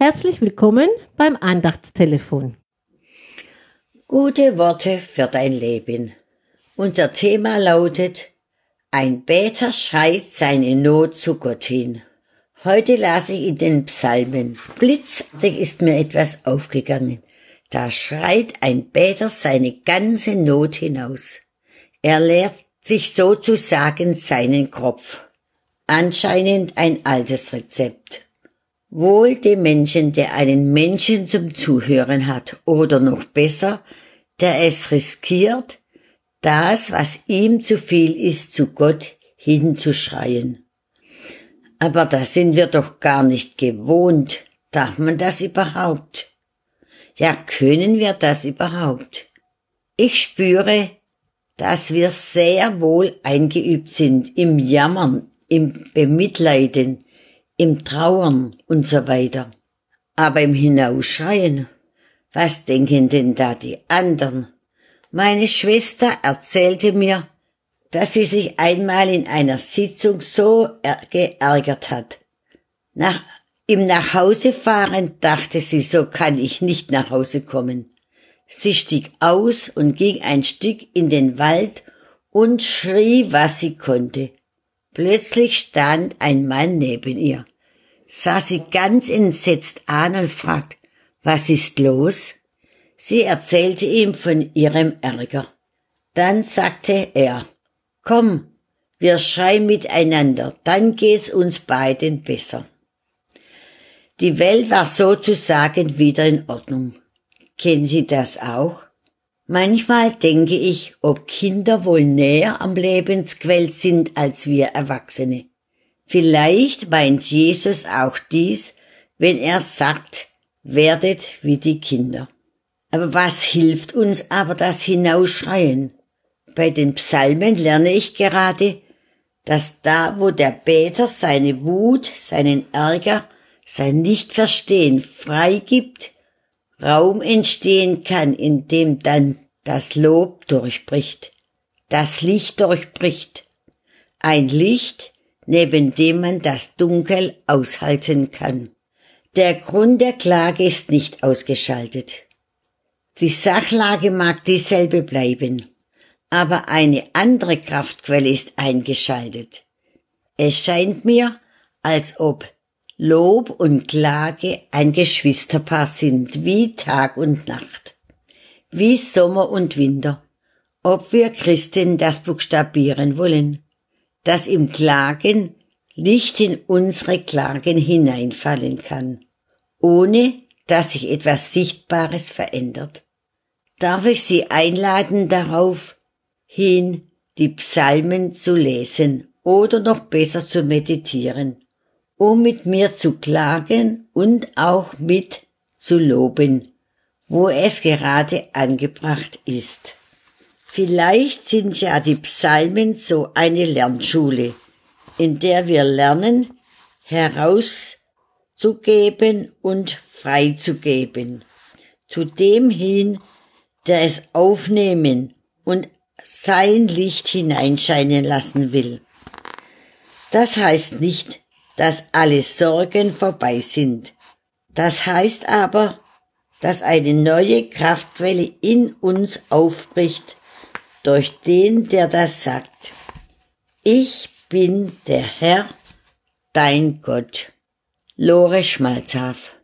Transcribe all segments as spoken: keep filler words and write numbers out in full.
Herzlich willkommen beim Andachtstelefon. Gute Worte für dein Leben. Unser Thema lautet: Ein Beter schreit seine Not zu Gott hin. Heute las ich in den Psalmen. Blitzartig ist mir etwas aufgegangen. Da schreit ein Beter seine ganze Not hinaus. Er leert sich sozusagen seinen Kopf. Anscheinend ein altes Rezept. Wohl dem Menschen, der einen Menschen zum Zuhören hat, oder noch besser, der es riskiert, das, was ihm zu viel ist, zu Gott hinzuschreien. Aber das sind wir doch gar nicht gewohnt. Darf man das überhaupt? Ja, können wir das überhaupt? Ich spüre, dass wir sehr wohl eingeübt sind im Jammern, im Bemitleiden, im Trauern und so weiter. Aber im Hinausschreien, was denken denn da die anderen? Meine Schwester erzählte mir, dass sie sich einmal in einer Sitzung so geärgert hat. Nach, im Nachhausefahren dachte sie, so kann ich nicht nach Hause kommen. Sie stieg aus und ging ein Stück in den Wald und schrie, was sie konnte. Plötzlich stand ein Mann neben ihr, sah sie ganz entsetzt an und fragte, was ist los? Sie erzählte ihm von ihrem Ärger. Dann sagte er, komm, wir schreien miteinander, dann geht's uns beiden besser. Die Welt war sozusagen wieder in Ordnung. Kennen Sie das auch? Manchmal denke ich, ob Kinder wohl näher am Lebensquell sind als wir Erwachsene. Vielleicht meint Jesus auch dies, wenn er sagt, werdet wie die Kinder. Aber was hilft uns aber das Hinausschreien? Bei den Psalmen lerne ich gerade, dass da, wo der Beter seine Wut, seinen Ärger, sein Nichtverstehen freigibt, Raum entstehen kann, in dem dann das Lob durchbricht, das Licht durchbricht. Ein Licht, neben dem man das Dunkel aushalten kann. Der Grund der Klage ist nicht ausgeschaltet. Die Sachlage mag dieselbe bleiben, aber eine andere Kraftquelle ist eingeschaltet. Es scheint mir, als ob Lob und Klage ein Geschwisterpaar sind, wie Tag und Nacht, wie Sommer und Winter, ob wir Christen das buchstabieren wollen, dass im Klagen Licht in unsere Klagen hineinfallen kann, ohne dass sich etwas Sichtbares verändert. Darf ich Sie einladen, darauf hin die Psalmen zu lesen oder noch besser zu meditieren, um mit mir zu klagen und auch mit zu loben, wo es gerade angebracht ist. Vielleicht sind ja die Psalmen so eine Lernschule, in der wir lernen, herauszugeben und freizugeben, zu dem hin, der es aufnehmen und sein Licht hineinscheinen lassen will. Das heißt nicht, dass alle Sorgen vorbei sind. Das heißt aber, dass eine neue Kraftquelle in uns aufbricht, durch den, der das sagt. Ich bin der Herr, dein Gott. Lore Schmalzhaf.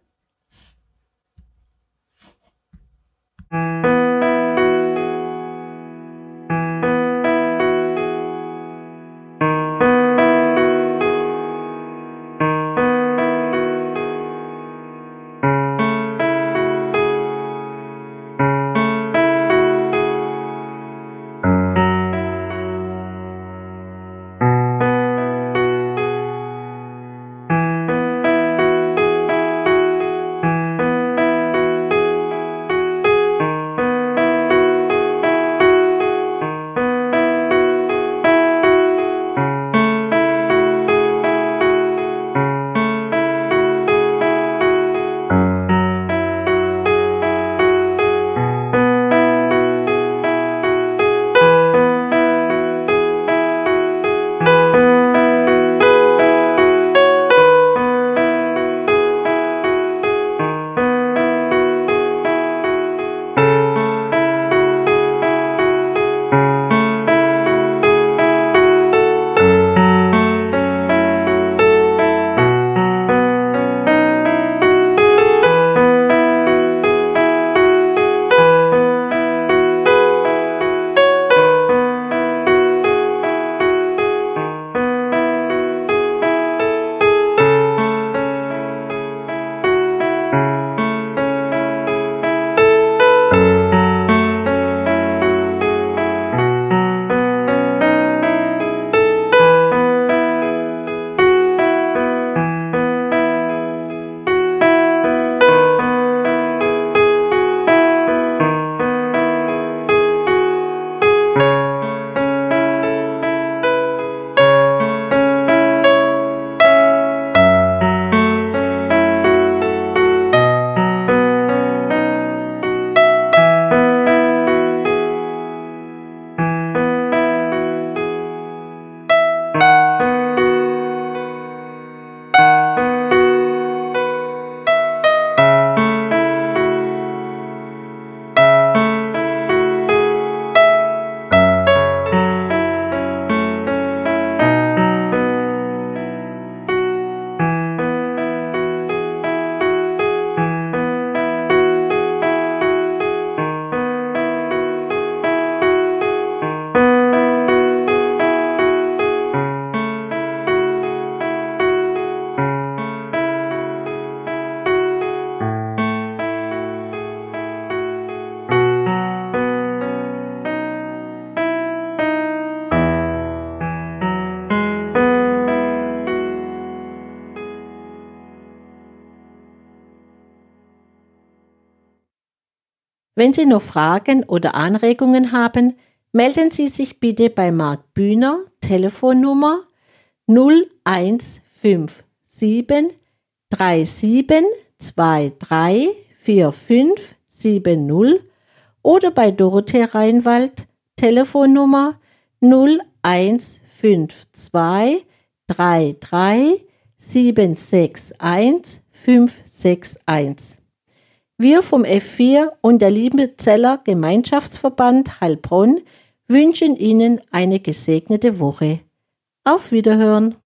Wenn Sie noch Fragen oder Anregungen haben, melden Sie sich bitte bei Marc Bühner, Telefonnummer null eins fünf sieben drei sieben zwei drei vier fünf sieben null oder bei Dorothee Reinwald, Telefonnummer null eins fünf zwei drei drei sieben sechs eins fünf sechs eins. Wir vom F vier und der Liebenzeller Gemeinschaftsverband Heilbronn wünschen Ihnen eine gesegnete Woche. Auf Wiederhören!